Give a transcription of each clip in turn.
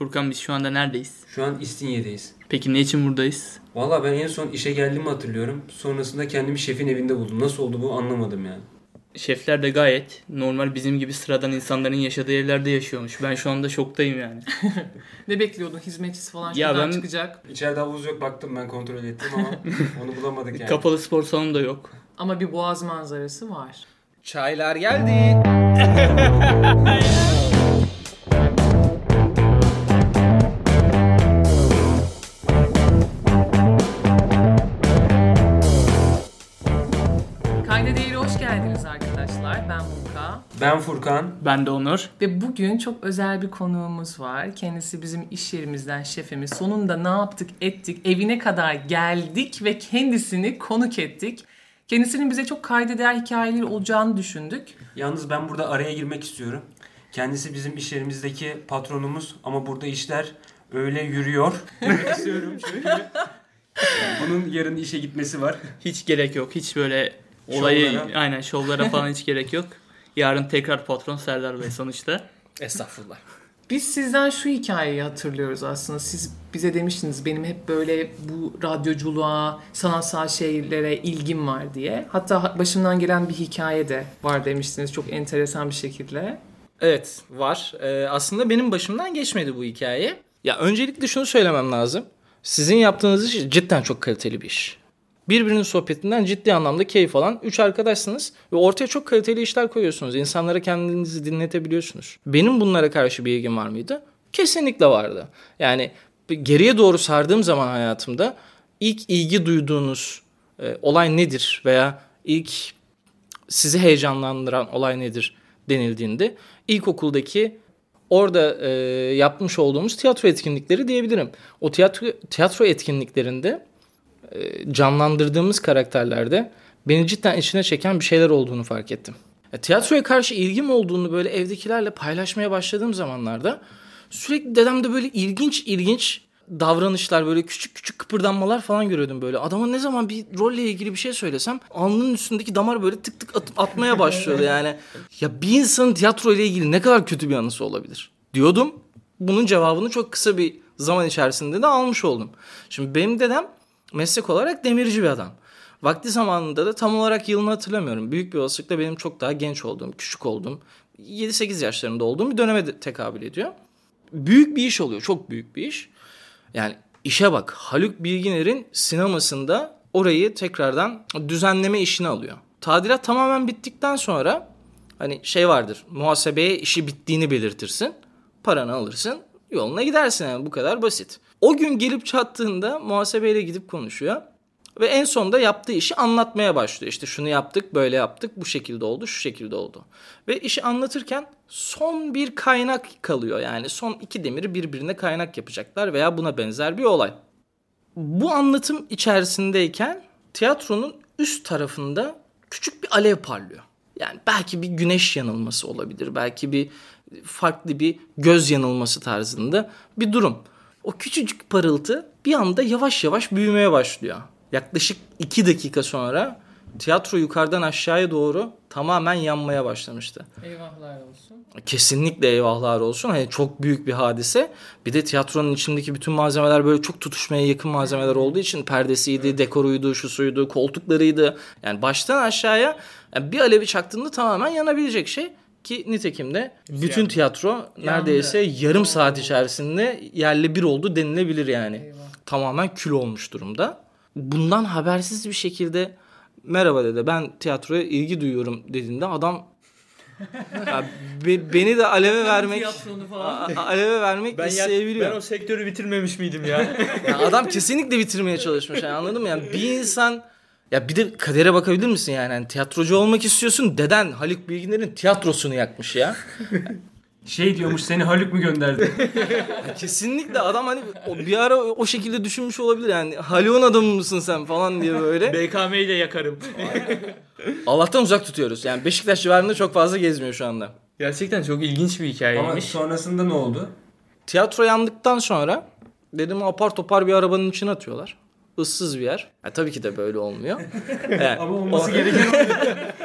Furkan biz şu anda neredeyiz? Şu an İstinye'deyiz. Peki ne için buradayız? Valla ben en son işe geldiğimi hatırlıyorum. Sonrasında kendimi şefin evinde buldum. Nasıl oldu bu anlamadım yani. Şefler de gayet normal bizim gibi sıradan insanların yaşadığı evlerde yaşıyormuş. Ben şu anda şoktayım yani. Ne bekliyordun? Hizmetçisi falan Ya şuradan ben- çıkacak. İçeride havuz yok, baktım ben, kontrol ettim ama onu bulamadık yani. Kapalı spor salonu da yok. Ama bir boğaz manzarası var. Çaylar geldi. Kayda Değer'e hoş geldiniz arkadaşlar. Ben Muka. Ben Furkan. Ben de Onur. Ve bugün çok özel bir konuğumuz var. Kendisi bizim iş yerimizden şefimiz. Sonunda ne yaptık ettik, evine kadar geldik ve kendisini konuk ettik. Kendisinin bize çok kayda değer hikayeleri olacağını düşündük. Yalnız ben burada araya girmek istiyorum. Kendisi bizim iş yerimizdeki patronumuz ama burada işler öyle yürüyor. Demek istiyorum çünkü bunun yarın işe gitmesi var. Hiç gerek yok. Hiç böyle olayı Şovlara. aynen şovlara falan hiç gerek yok. Yarın tekrar patron Serdar Bey sonuçta. Estağfurullah. Biz sizden şu hikayeyi hatırlıyoruz aslında. Siz bize demiştiniz benim hep böyle bu radyoculuğa, sanatsal şeylere ilgim var diye. Hatta başımdan gelen bir hikaye de var demiştiniz çok enteresan bir şekilde. Evet, var. Aslında benim başımdan geçmedi bu hikaye. Ya öncelikle şunu söylemem lazım. Sizin yaptığınız iş cidden çok kaliteli bir iş. Birbirinin sohbetinden ciddi anlamda keyif alan 3 arkadaşsınız ve ortaya çok kaliteli işler koyuyorsunuz. İnsanlara kendinizi dinletebiliyorsunuz. Benim bunlara karşı bir ilgim var mıydı? Kesinlikle vardı. Yani geriye doğru sardığım zaman hayatımda ilk ilgi duyduğunuz olay nedir veya ilk sizi heyecanlandıran olay nedir denildiğinde ilkokuldaki orada yapmış olduğumuz tiyatro etkinlikleri diyebilirim. O tiyatro etkinliklerinde canlandırdığımız karakterlerde beni cidden içine çeken bir şeyler olduğunu fark ettim. Tiyatroya karşı ilgim olduğunu böyle evdekilerle paylaşmaya başladığım zamanlarda sürekli dedemde böyle ilginç davranışlar, böyle küçük kıpırdanmalar falan görüyordum böyle. Adama ne zaman bir rolle ilgili bir şey söylesem alnının üstündeki damar böyle tık atmaya başlıyordu yani. Ya bir insanın tiyatro ile ilgili ne kadar kötü bir anısı olabilir diyordum. Bunun cevabını çok kısa bir zaman içerisinde de almış oldum. Şimdi benim dedem meslek olarak demirci bir adam. Vakti zamanında da tam olarak yılını hatırlamıyorum. Büyük bir olasılıkla benim çok daha genç olduğum, küçük olduğum, 7-8 yaşlarında olduğum bir döneme de tekabül ediyor. Büyük bir iş oluyor, çok büyük bir iş. Yani işe bak, Haluk Bilginer'in sinemasında orayı tekrardan düzenleme işini alıyor. Tadilat tamamen bittikten sonra hani şey vardır, muhasebeye işi bittiğini belirtirsin, paranı alırsın, yoluna gidersin yani bu kadar basit. O gün gelip çattığında muhasebeyle gidip konuşuyor ve en sonunda yaptığı işi anlatmaya başlıyor. İşte şunu yaptık, böyle yaptık, bu şekilde oldu, şu şekilde oldu. Ve işi anlatırken son bir kaynak kalıyor. Yani son 2 demiri birbirine kaynak yapacaklar veya buna benzer bir olay. Bu anlatım içerisindeyken tiyatronun üst tarafında küçük bir alev parlıyor. Yani belki bir güneş yanılması olabilir, belki bir farklı bir göz yanılması tarzında bir durum. O küçücük parıltı bir anda yavaş yavaş büyümeye başlıyor. Yaklaşık 2 dakika sonra tiyatro yukarıdan aşağıya doğru tamamen yanmaya başlamıştı. Eyvahlar olsun. Kesinlikle eyvahlar olsun. Hani çok büyük bir hadise. Bir de tiyatronun içindeki bütün malzemeler böyle çok tutuşmaya yakın malzemeler olduğu için perdesiydi, dekoruydu, şusuydu, koltuklarıydı. Yani baştan aşağıya yani bir alevi çaktığında tamamen yanabilecek şey. Ki nitekim de bütün tiyatro neredeyse yarım saat içerisinde yerle bir oldu denilebilir yani. Eyvah. Tamamen kül olmuş durumda. Bundan habersiz bir şekilde merhaba dedi, ben tiyatroya ilgi duyuyorum dediğinde adam ya, beni de aleve vermek aleve vermek isteyebiliyor. Ben o sektörü bitirmemiş miydim ya? Ya adam kesinlikle bitirmeye çalışmış yani, anladın mı? Yani bir insan, ya bir de kadere bakabilir misin yani? Yani tiyatrocu olmak istiyorsun, deden Haluk Bilginer'in tiyatrosunu yakmış ya. Şey diyormuş, seni Haluk mu gönderdi? Ya kesinlikle adam hani bir ara o şekilde düşünmüş olabilir yani. Haluk'un adamı mısın sen falan diye böyle. BKM'yi de yakarım. Allah'tan uzak tutuyoruz. Yani Beşiktaş civarında çok fazla gezmiyor şu anda. Gerçekten çok ilginç bir Ama hikayeymiş. sonrasında ne oldu? Tiyatro yandıktan sonra dedim apar topar bir arabanın içine atıyorlar. Issız bir yer. Tabii ki de böyle olmuyor. Yani, Ama olması gereken oldu.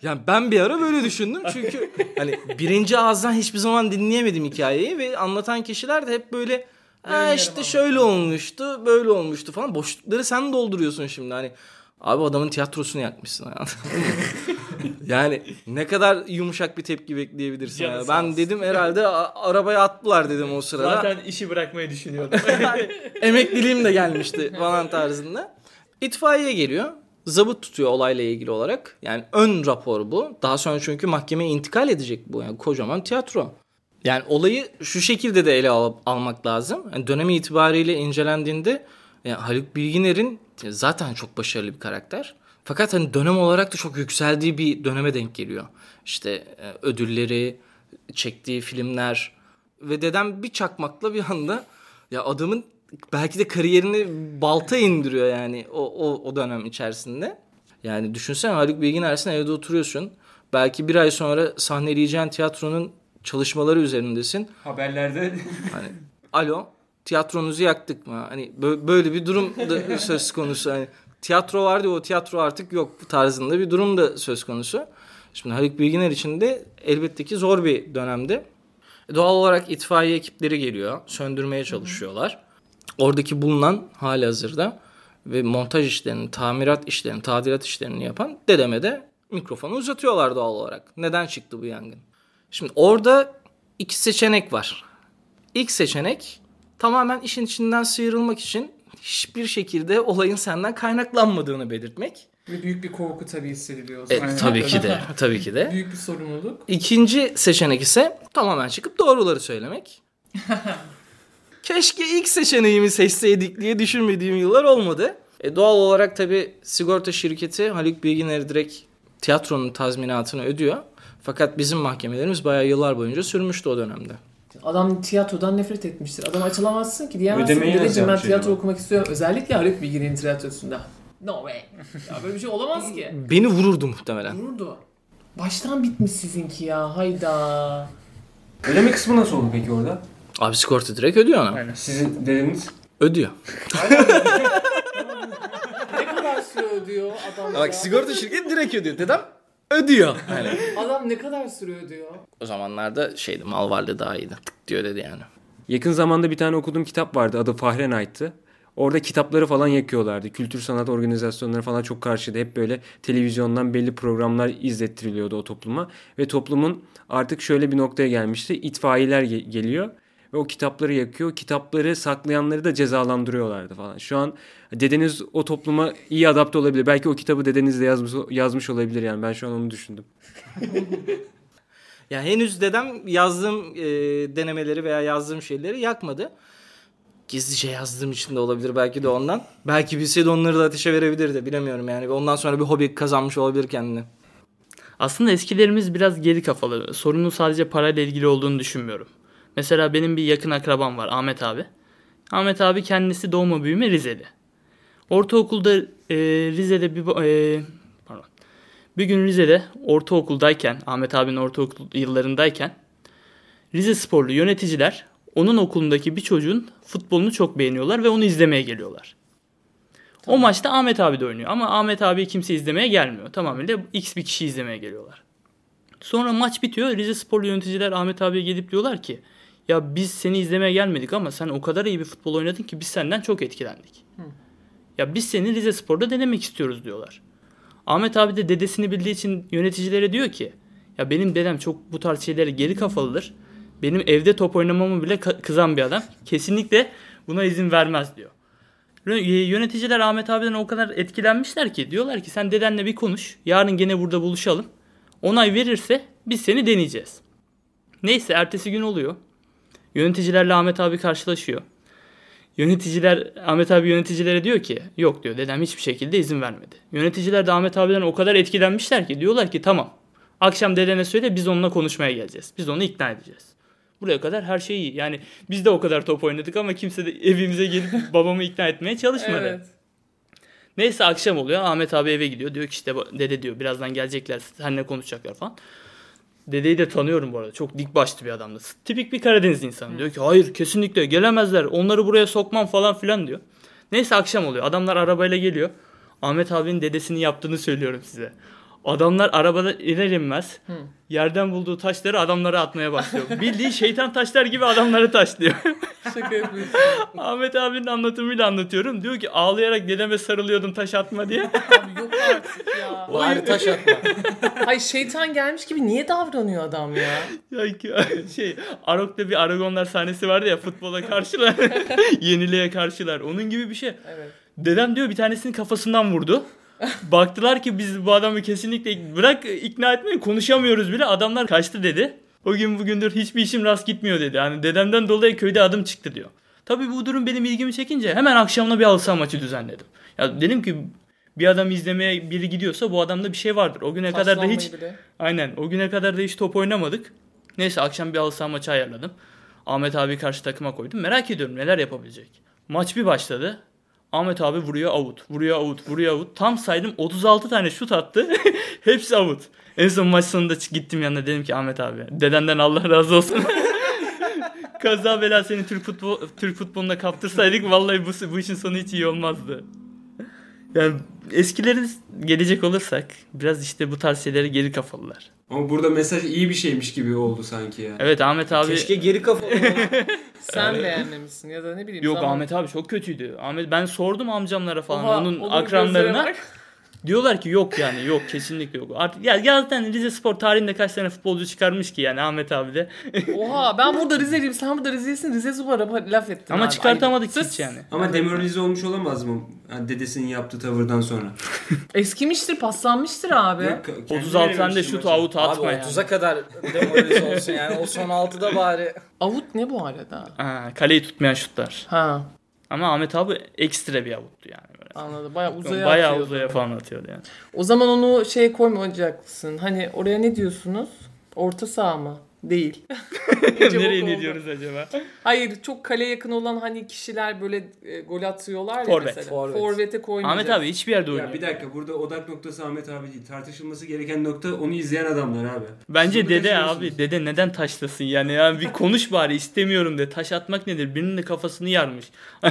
Yani ben bir ara böyle düşündüm çünkü hani birinci ağızdan hiçbir zaman dinleyemedim hikayeyi ve anlatan kişiler de hep böyle işte şöyle olmuştu, böyle olmuştu falan. Boşlukları sen dolduruyorsun şimdi hani. Abi adamın tiyatrosunu yakmışsın. Yani ne kadar yumuşak bir tepki bekleyebilirsin. Yani. Ben dedim herhalde arabaya attılar dedim o sırada. Zaten işi bırakmayı düşünüyordum. Yani, emekliliğim de gelmişti falan tarzında. İtfaiye geliyor. Zabıt tutuyor olayla ilgili olarak. Yani ön rapor bu. Daha sonra çünkü mahkemeye intikal edecek bu. Yani kocaman tiyatro. Yani olayı şu şekilde de ele almak lazım. Yani dönemi itibariyle incelendiğinde yani Haluk Bilginer'in zaten çok başarılı bir karakter. Fakat hani dönem olarak da çok yükseldiği bir döneme denk geliyor. İşte ödülleri, çektiği filmler ve dedem bir çakmakla bir anda ya adamın belki de kariyerini balta indiriyor yani o dönem içerisinde. Yani düşünsene Haluk Bilginer'sin, evde oturuyorsun. Belki bir ay sonra sahneleyeceğin tiyatronun çalışmaları üzerindesin. Haberlerde hani alo, tiyatronuzu yaktık mı? Hani böyle bir durum da söz konusu. Hani tiyatro vardı, o tiyatro artık yok tarzında bir durum da söz konusu. Şimdi Haluk Bilginer için de elbette ki zor bir dönemdi. Doğal olarak itfaiye ekipleri geliyor. Söndürmeye çalışıyorlar. Oradaki bulunan halihazırda ve montaj işlerini, tamirat işlerini, tadilat işlerini yapan dedeme de mikrofonu uzatıyorlar doğal olarak. Neden çıktı bu yangın? Şimdi orada iki seçenek var. İlk seçenek tamamen işin içinden sıyrılmak için hiçbir şekilde olayın senden kaynaklanmadığını belirtmek. Ve büyük bir korku tabii hissediliyor o zaman. Tabii ki de. Tabii ki de. Büyük bir sorumluluk. İkinci seçenek ise tamamen çıkıp doğruları söylemek. Keşke ilk seçeneğimi seçseydik diye düşünmediğim yıllar olmadı. Doğal olarak tabii sigorta şirketi Haluk Bilginer'i direkt tiyatronun tazminatını ödüyor. Fakat bizim mahkemelerimiz bayağı yıllar boyunca sürmüştü o dönemde. Adam tiyatrodan nefret etmiştir. Adam açılamazsın ki diyemezsin. Ödemeyi Dedeciğim ben nasıl tiyatro yapmış okumak istiyorum. Özellikle Haluk Bilginer'in tiyatrosunda. No way. Ya böyle bir şey olamaz ki. Beni vururdu muhtemelen. Vurdu. Baştan bitmiş sizinki ya. Hayda. ödeme kısmı nasıl oldu peki orada? Abi sigorta direkt ödüyor ona. Aynen. Sizin dedeniz Ödüyor. Ne kadar süre ödüyor adam Bak ya? sigorta şirketi direkt ödüyor. Dedem ödüyor. Yani. Adam ne kadar süre ödüyor? O zamanlarda mal varlığı daha iyiydi. Tık diyor dedi yani. yakın zamanda bir tane okuduğum kitap vardı. Adı Fahrenheit'tı. Orada kitapları falan yakıyorlardı. Kültür sanat organizasyonları falan çok karşıydı. Hep böyle televizyondan belli programlar izlettiriliyordu o topluma. Ve toplumun artık şöyle bir noktaya gelmişti. İtfaiyeler geliyor ve o kitapları yakıyor. Kitapları saklayanları da cezalandırıyorlardı falan. Şu an dedeniz o topluma iyi adapte olabilir. Belki o kitabı dedeniz de yazmış olabilir yani. Ben şu an onu düşündüm. Ya henüz dedem yazdığım denemeleri veya yazdığım şeyleri yakmadı. Gizlice yazdığım için de olabilir belki de ondan. Belki bilseydi onları da ateşe verebilirdi, bilemiyorum yani. Ondan sonra bir hobi kazanmış olabilir kendine. Aslında eskilerimiz biraz geri kafalı. Sorunun sadece parayla ilgili olduğunu düşünmüyorum. Mesela benim bir yakın akrabam var, Ahmet abi. Ahmet abi kendisi doğma büyüme Rizeli. Ortaokulda Rize'de bir gün Rize'de ortaokuldayken, Ahmet abinin ortaokul yıllarındayken Rize sporlu yöneticiler onun okulundaki bir çocuğun futbolunu çok beğeniyorlar ve onu izlemeye geliyorlar. Tamam. O maçta Ahmet abi de oynuyor ama Ahmet abi kimse izlemeye gelmiyor. Tamamıyla X bir kişi izlemeye geliyorlar. Sonra maç bitiyor. Rize sporlu yöneticiler Ahmet abiye gelip diyorlar ki ya biz seni izlemeye gelmedik ama sen o kadar iyi bir futbol oynadın ki biz senden çok etkilendik. Ya biz seni Rize Spor'da denemek istiyoruz diyorlar. Ahmet abi de dedesini bildiği için yöneticilere diyor ki ya benim dedem çok bu tarz şeylere geri kafalıdır. Benim evde top oynamamı bile kızan bir adam. Kesinlikle buna izin vermez diyor. Yöneticiler Ahmet abiden o kadar etkilenmişler ki diyorlar ki sen dedenle bir konuş. Yarın gene burada buluşalım. Onay verirse biz seni deneyeceğiz. Neyse ertesi gün oluyor. Yöneticilerle Ahmet abi karşılaşıyor. Ahmet abi yöneticilere diyor ki yok diyor dedem hiçbir şekilde izin vermedi. Yöneticiler de Ahmet abiden o kadar etkilenmişler ki diyorlar ki tamam. Akşam dedene söyle biz onunla konuşmaya geleceğiz. Biz onu ikna edeceğiz. Buraya kadar her şey iyi. Yani biz de o kadar top oynadık ama kimse de evimize gelip babamı ikna etmeye çalışmadı. Evet. Neyse akşam oluyor. Ahmet abi eve gidiyor. Diyor ki işte dede diyor birazdan gelecekler. Seninle konuşacaklar falan. Dedeyi de tanıyorum bu arada. Çok dik başlı bir adamdı. Tipik bir Karadeniz insanı. Diyor ki hayır kesinlikle gelemezler. Onları buraya sokmam falan filan diyor. Neyse akşam oluyor. Adamlar arabayla geliyor. Ahmet abinin dedesinin yaptığını söylüyorum size. Adamlar arabada iner inmez yerden bulduğu taşları adamlara atmaya başlıyor. Bildiğin şeytan taşlar gibi adamları taşlıyor. Şaka yapıyorsun. Ahmet abinin anlatımıyla anlatıyorum. Diyor ki ağlayarak dedeme sarılıyordum taş atma diye. Abi yok artık ya. Bari taş atma. Hayır şeytan gelmiş gibi niye davranıyor adam ya? Arok'ta bir Aragonlar sahnesi vardı ya, futbola karşılar. Yeniliğe karşılar. Onun gibi bir şey. Evet. Dedem diyor bir tanesinin kafasından vurdu. Baktılar ki biz bu adamı kesinlikle bırak ikna etmeyin, konuşamıyoruz bile. Adamlar kaçtı dedi. O gün bugündür hiçbir işim rast gitmiyor dedi. Yani dedemden dolayı köyde adım çıktı diyor. Tabii bu durum benim ilgimi çekince hemen akşamına bir halı saha maçı düzenledim. Ya dedim ki bir adam izlemeye biri gidiyorsa bu adamda bir şey vardır. O güne kadar da hiç Bile. aynen o güne kadar da hiç top oynamadık. Neyse akşam bir halı saha maçı ayarladım. Ahmet abi karşı takıma koydum. Merak ediyorum neler yapabilecek. Maç bir başladı. Ahmet abi vuruyor out, vuruyor out, vuruyor out. Tam saydım 36 tane şut attı. Hepsi out. En son maç sonunda gittim yanına, dedim ki Ahmet abi dedenden Allah razı olsun. Kaza bela seni Türk futboluna kaptırsaydık vallahi bu işin sonu hiç iyi olmazdı. Yani eskileri gelecek olursak biraz işte bu tarz şeyleri geri kafalılar. Ama burada mesaj iyi bir şeymiş gibi oldu sanki ya. Evet Ahmet abi. Keşke geri kafalı. Sen beğenmemişsin ya da ne bileyim. Yok zaman... Ahmet abi çok kötüydü. Ben sordum amcamlara falan, Oha, onun gözlere akranlarına. bak. Diyorlar ki yok yani yok kesinlikle yok. Artık ya zaten Rize Spor tarihinde kaç tane futbolcu çıkarmış ki yani Ahmet abi de. Oha ben burada Rizeliyim, sen burada Rize'sin, Rize Spor'a laf ettin. Ama abi. çıkartamadık Ayıp. hiç yani. Ama demoralize olmuş olamaz mı? Yani dedesinin yaptığı tavırdan sonra. Eskimiştir, paslanmıştır abi. Yok, 36 tane de şut out Abi atma yani. 30'a kadar demoralize olsun yani. O son 6'da bari. Avut ne bu arada? Kaleyi tutmayan şutlar. Ha Ama Ahmet abi ekstra bir avuttu yani. Böyle. anladım. Bayağı uzaya Bayağı atıyordu. uzaya falan atıyordu yani. O zaman onu koymayacaksın. Hani oraya ne diyorsunuz? Orta saha mı? Değil. Nereye oldu. ne diyoruz acaba? Hayır, çok kaleye yakın olan hani kişiler böyle gol atıyorlar ya Forvet. mesela. Forvet. Forvet'e koymayacaksın. Ahmet abi hiçbir yerde oynuyor. Ya bir dakika, burada odak noktası Ahmet abi değil. Tartışılması gereken nokta onu izleyen adamlar abi. Bence Siz dede burada abi. Dede neden taşlasın yani ya bir konuş bari, istemiyorum de. Taş atmak nedir? Birinin de kafasını yarmış.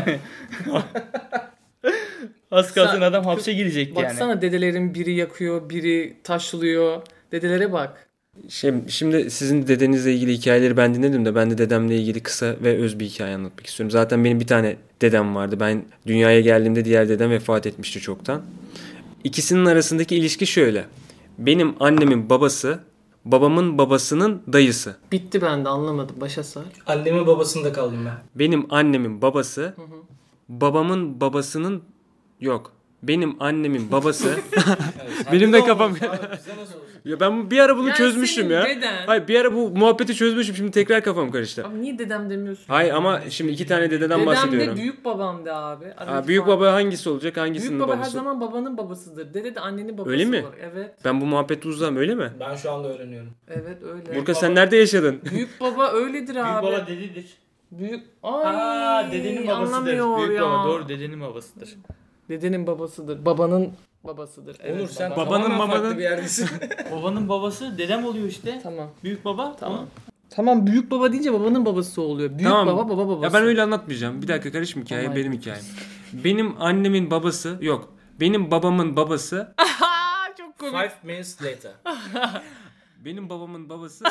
Az kalsın adam hapse girecekti yani. Baksana dedelerin biri yakıyor, biri taşlıyor. Dedelere bak. Şimdi sizin dedenizle ilgili hikayeleri ben dinledim de ben de dedemle ilgili kısa ve öz bir hikaye anlatmak istiyorum. Zaten benim bir tane dedem vardı. Ben dünyaya geldiğimde diğer dedem vefat etmişti çoktan. İkisinin arasındaki ilişki şöyle. Benim annemin babası, babamın babasının dayısı. Bitti, ben de anlamadım. Başa sar. Annemin babasında kaldım ben. Benim annemin babası, babamın babasının yok. Benim annemin babası. Benim de kafam. Ya ben bir ara bunu Yani çözmüştüm senin ya. deden- Hayır, bir ara bu muhabbeti çözmüşüm. Şimdi tekrar kafam karıştı. Abi niye dedem demiyorsun? Hayır ama şimdi iki tane dededen Dedem bahsediyorum. de büyük babam de abi. Aradaki Büyük fark- baba hangisi olacak? Hangisinin Büyük baba her babası? zaman babanın babasıdır. Dede de annenin babası Öyle mi? olur. Evet. Ben bu muhabbeti uzağım, öyle mi? Ben şu anda öğreniyorum. Evet öyle. Burka sen nerede yaşadın? Büyük baba öyledir abi. Büyük baba dededir. Büyük... Ay, Dedenin babasıdır. anlamıyor Büyük ya. baba doğru, dedenin babasıdır. Dedenin babasıdır. Babanın babasıdır. Evet, Onur sen baba. Babanın tamamen farklı babanın- bir yerdesin. Babanın babası dedem oluyor işte. Tamam. Büyük baba. Tamam. Tamam, büyük baba deyince babanın babası oluyor. Büyük Tamam. baba baba babası. Ya ben öyle anlatmayacağım. Bir dakika, karışma hikaye, Tamam. benim hikayem. Benim annemin babası yok. Benim babamın babası. Çok komik. 5 minutes later. Benim babamın babası.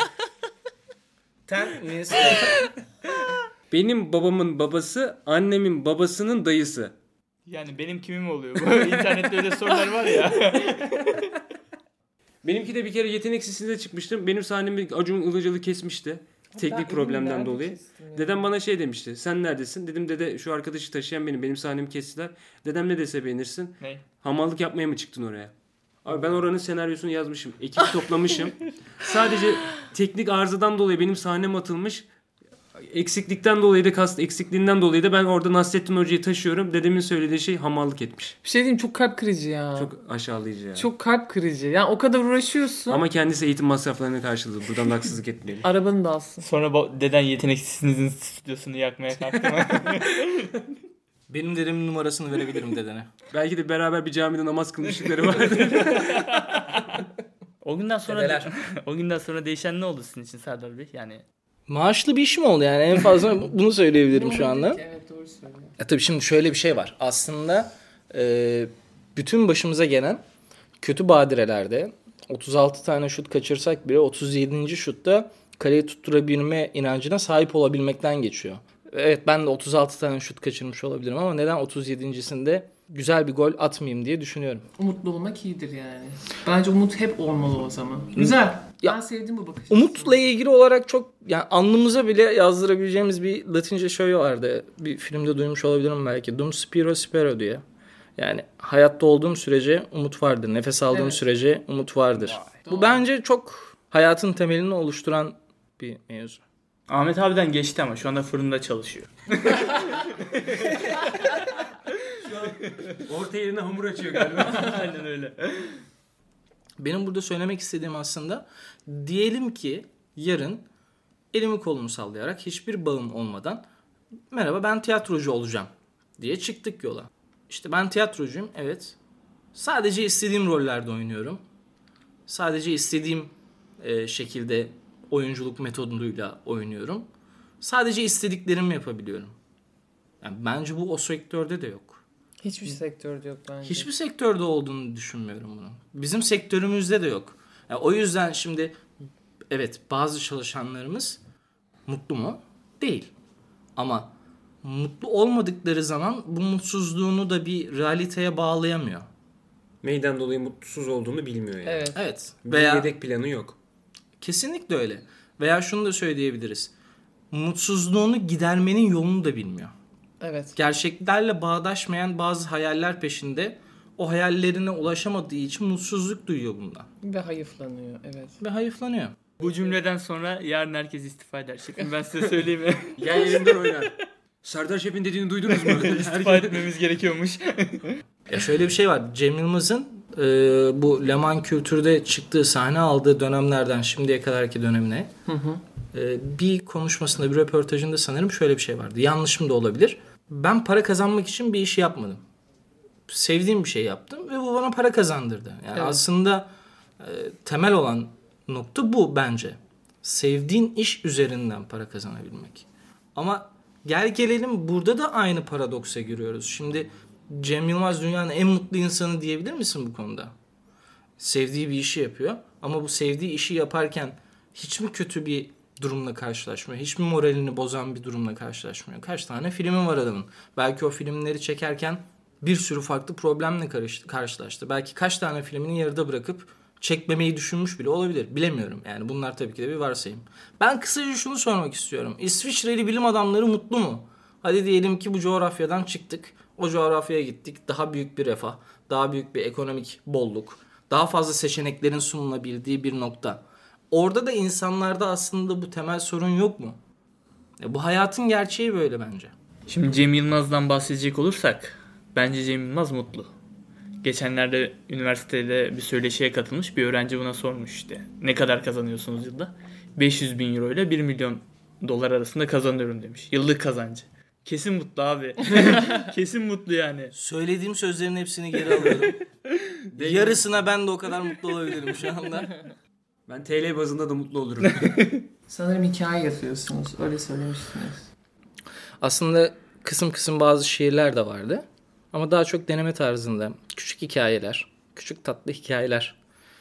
10 minutes later. Benim babamın babası annemin babasının dayısı. Yani benim kimim oluyor? Bu internette öyle sorular var ya. Benimki de bir kere yeteneksizliğe çıkmıştım. Benim sahnemi Acun Ilıcalı kesmişti. Teknik problemden dolayı. Dedem bana şey demişti. Sen neredesin? Dedim dede şu arkadaşı taşıyan benim. Benim sahnemi kestiler. Dedem ne dese beğenirsin. Ne? Hamallık yapmaya mı çıktın oraya? Abi ben oranın senaryosunu yazmışım. Ekibi toplamışım. Sadece teknik arızadan dolayı benim sahnem atılmış. Eksiklikten dolayı da eksikliğinden dolayı da ben orada Nasrettin Hoca'yı taşıyorum. Dedemin söylediği şey hamallık etmiş. Bir şey diyeyim, çok kalp kırıcı ya. Çok aşağılayıcı ya. Çok kalp kırıcı. Yani o kadar uğraşıyorsun. Ama kendisi eğitim masraflarını karşıladı. Buradan da haksızlık etmeyelim. Arabanı da alsın. Sonra deden yeteneksizliğinizin stüdyosunu yakmaya kalktı mı? Benim dedemin numarasını verebilirim dedene. Belki de beraber bir camide namaz kılmışlıkları vardı. O günden sonra Dedeler. o günden sonra değişen ne oldu sizin için Serdar Bey? Yani Maaşlı bir iş mi oldu yani? En fazla bunu söyleyebilirim şu anda. Evet, doğru söylüyorsun. Tabii şimdi şöyle bir şey var. Aslında bütün başımıza gelen kötü badirelerde 36 tane şut kaçırsak bile 37. şutta kaleyi tutturabilme inancına sahip olabilmekten geçiyor. Evet, ben de 36 tane şut kaçırmış olabilirim ama neden 37.sinde güzel bir gol atmayayım diye düşünüyorum. Umutlu olmak iyidir yani. Bence umut hep olmalı o zaman. Güzel. Ben sevdim bu bakış açısını. Umutla ilgili olarak çok yani alnımıza bile yazdırabileceğimiz bir Latince şey vardı. Bir filmde duymuş olabilirim belki. Dum spiro spero diye. Yani hayatta olduğum sürece umut vardır. Nefes aldığım sürece umut vardır. Bu bence çok hayatın temelini oluşturan bir mevzu. Ahmet abiden geçti ama şu anda fırında çalışıyor. Orta yerine hamur açıyor galiba. Aynen öyle. Benim burada söylemek istediğim aslında diyelim ki yarın elimi kolumu sallayarak hiçbir bağım olmadan merhaba ben tiyatrocu olacağım diye çıktık yola. İşte ben tiyatrocuyum, evet. Sadece istediğim rollerde oynuyorum. Sadece istediğim şekilde oyunculuk metoduyla oynuyorum. Sadece istediklerimi yapabiliyorum. Yani bence bu o sektörde de yok. Hiçbir sektörde yok bence. Hiçbir sektörde olduğunu düşünmüyorum bunu. Bizim sektörümüzde de yok. Yani o yüzden şimdi evet bazı çalışanlarımız mutlu mu? Değil. Ama mutlu olmadıkları zaman bu mutsuzluğunu da bir realiteye bağlayamıyor. Meydan dolayı mutsuz olduğunu bilmiyor yani. Evet. Evet. Bir Veya yedek planı yok. kesinlikle öyle. Veya şunu da söyleyebiliriz. Mutsuzluğunu gidermenin yolunu da bilmiyor. Evet. Gerçeklerle bağdaşmayan bazı hayaller peşinde o hayallerine ulaşamadığı için mutsuzluk duyuyor bundan. Ve hayıflanıyor. Evet. Ve hayıflanıyor. Bu cümleden sonra yarın herkes istifa eder. Şefim ben size söyleyeyim mi? Gel yerinden oynar. Serdar Şef'in dediğini duydunuz mu? İstifa etmemiz gerekiyormuş. Ya şöyle bir şey var. Cem Yılmaz'ın bu Leman Kültür'de çıktığı, sahne aldığı dönemlerden şimdiye kadarki dönemine bir konuşmasında, bir röportajında sanırım şöyle bir şey vardı. Yanlışım da olabilir. Ben para kazanmak için bir iş yapmadım. Sevdiğim bir şey yaptım ve bu bana para kazandırdı. Yani Evet. aslında temel olan nokta bu bence. Sevdiğin iş üzerinden para kazanabilmek. Ama gel gelelim burada da aynı paradoksa giriyoruz. Şimdi Cem Yılmaz dünyanın en mutlu insanı diyebilir misin bu konuda? Sevdiği bir işi yapıyor ama bu sevdiği işi yaparken hiç mi kötü bir durumla karşılaşmıyor? Hiç mi moralini bozan bir durumla karşılaşmıyor? Kaç tane filmi var adamın? Belki o filmleri çekerken bir sürü farklı problemle karşılaştı. Belki kaç tane filmini yarıda bırakıp çekmemeyi düşünmüş bile olabilir. Bilemiyorum. Yani bunlar tabii ki de bir varsayım. Ben kısaca şunu sormak istiyorum. İsviçreli bilim adamları mutlu mu? Hadi diyelim ki bu coğrafyadan çıktık. O coğrafyaya gittik. Daha büyük bir refah, daha büyük bir ekonomik bolluk, daha fazla seçeneklerin sunulabildiği bir nokta. Orada da insanlarda aslında bu temel sorun yok mu? Bu hayatın gerçeği böyle bence. Şimdi Cem Yılmaz'dan bahsedecek olursak bence Cem Yılmaz mutlu. Geçenlerde üniversitede bir söyleşiye katılmış, bir öğrenci buna sormuş işte. Ne kadar kazanıyorsunuz yılda? 500 bin euro ile 1 milyon dolar arasında kazanıyorum demiş. Yıllık kazancı. Kesin mutlu abi. Kesin mutlu yani. Söylediğim sözlerin hepsini geri alıyorum. Yarısına ben de o kadar mutlu olabilirim şu anda. Ben TL bazında da mutlu olurum. Sanırım hikaye yazıyorsunuz. Öyle söylemiştiniz. Aslında kısım kısım bazı şiirler de vardı. Ama daha çok deneme tarzında küçük hikayeler, küçük tatlı hikayeler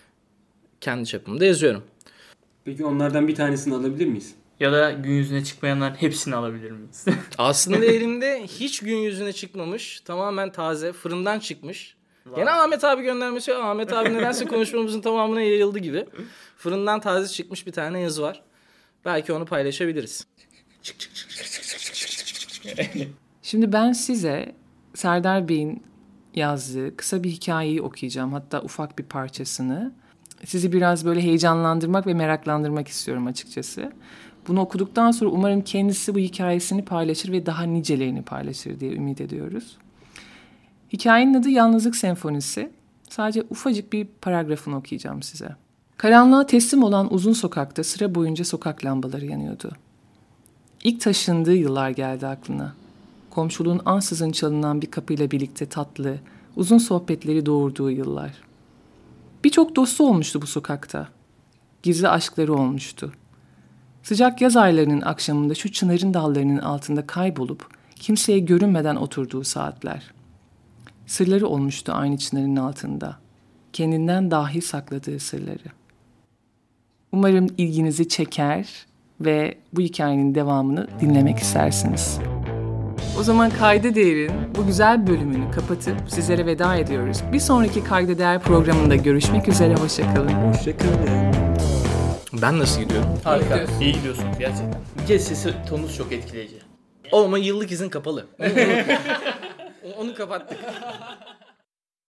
kendi çapımda yazıyorum. Peki onlardan bir tanesini alabilir miyiz? Ya da gün yüzüne çıkmayanların hepsini alabilir miyiz? Aslında elimde hiç gün yüzüne çıkmamış, tamamen taze, fırından çıkmış. Gene Ahmet abi göndermesi. Ahmet abi nedense konuşmamızın tamamına yayıldı gibi. Fırından taze çıkmış bir tane yazı var. Belki onu paylaşabiliriz. Şimdi ben size Serdar Bey'in yazdığı kısa bir hikayeyi okuyacağım. Hatta ufak bir parçasını. Sizi biraz böyle heyecanlandırmak ve meraklandırmak istiyorum açıkçası. Bunu okuduktan sonra umarım kendisi bu hikayesini paylaşır ve daha nicelerini paylaşır diye ümit ediyoruz. Hikayenin adı Yalnızlık Senfonisi. Sadece ufacık bir paragrafını okuyacağım size. Karanlığa teslim olan uzun sokakta sıra boyunca sokak lambaları yanıyordu. İlk taşındığı yıllar geldi aklına. Komşuluğun ansızın çalınan bir kapıyla birlikte tatlı, uzun sohbetleri doğurduğu yıllar. Birçok dostu olmuştu bu sokakta. Gizli aşkları olmuştu. Sıcak yaz aylarının akşamında şu çınarın dallarının altında kaybolup kimseye görünmeden oturduğu saatler. Sırları olmuştu aynı çınarın altında. kendinden dahi sakladığı sırları. Umarım ilginizi çeker ve bu hikayenin devamını dinlemek istersiniz. O zaman Kayda Değer'in bu güzel bölümünü kapatıp sizlere veda ediyoruz. Bir sonraki Kayda Değer programında görüşmek üzere. Hoşça kalın. Hoşçakalın. Ben nasıl gidiyorum? Harika. İyi gidiyorsunuz gerçekten. Bir kez sesi tonunuz çok etkileyici. Ama yıllık izin kapalı. Onu kapattık.